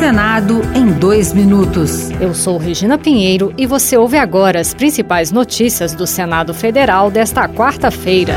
Senado em 2 minutos. Eu sou Regina Pinheiro e você ouve agora as principais notícias do Senado Federal desta quarta-feira.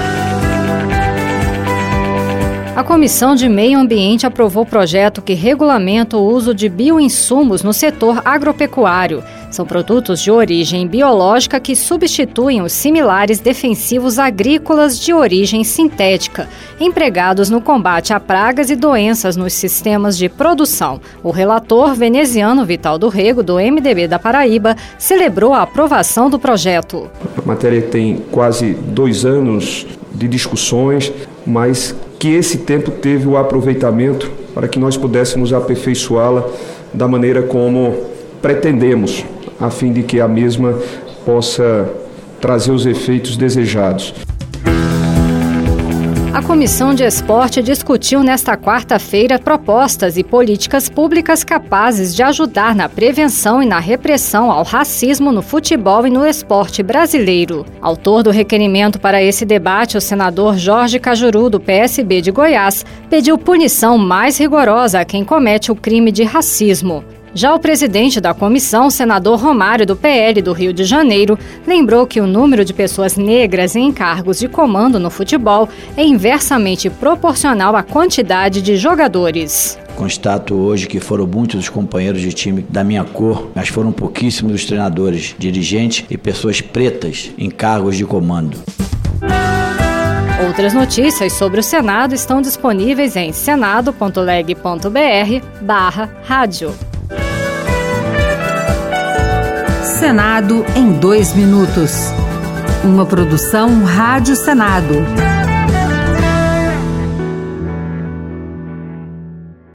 A Comissão de Meio Ambiente aprovou o projeto que regulamenta o uso de bioinsumos no setor agropecuário. São produtos de origem biológica que substituem os similares defensivos agrícolas de origem sintética, empregados no combate a pragas e doenças nos sistemas de produção. O relator veneziano Vital do Rego, do MDB da Paraíba, celebrou a aprovação do projeto. A matéria tem quase 2 anos de discussões, mas que esse tempo teve o aproveitamento para que nós pudéssemos aperfeiçoá-la da maneira como pretendemos, a fim de que a mesma possa trazer os efeitos desejados. A Comissão de Esporte discutiu nesta quarta-feira propostas e políticas públicas capazes de ajudar na prevenção e na repressão ao racismo no futebol e no esporte brasileiro. Autor do requerimento para esse debate, o senador Jorge Cajuru, do PSB de Goiás, pediu punição mais rigorosa a quem comete o crime de racismo. Já o presidente da comissão, senador Romário, do PL do Rio de Janeiro, lembrou que o número de pessoas negras em cargos de comando no futebol é inversamente proporcional à quantidade de jogadores. Constato hoje que foram muitos os companheiros de time da minha cor, mas foram pouquíssimos os treinadores, dirigentes e pessoas pretas em cargos de comando. Outras notícias sobre o Senado estão disponíveis em senado.leg.br/rádio. Senado em 2 minutos. Uma produção Rádio Senado.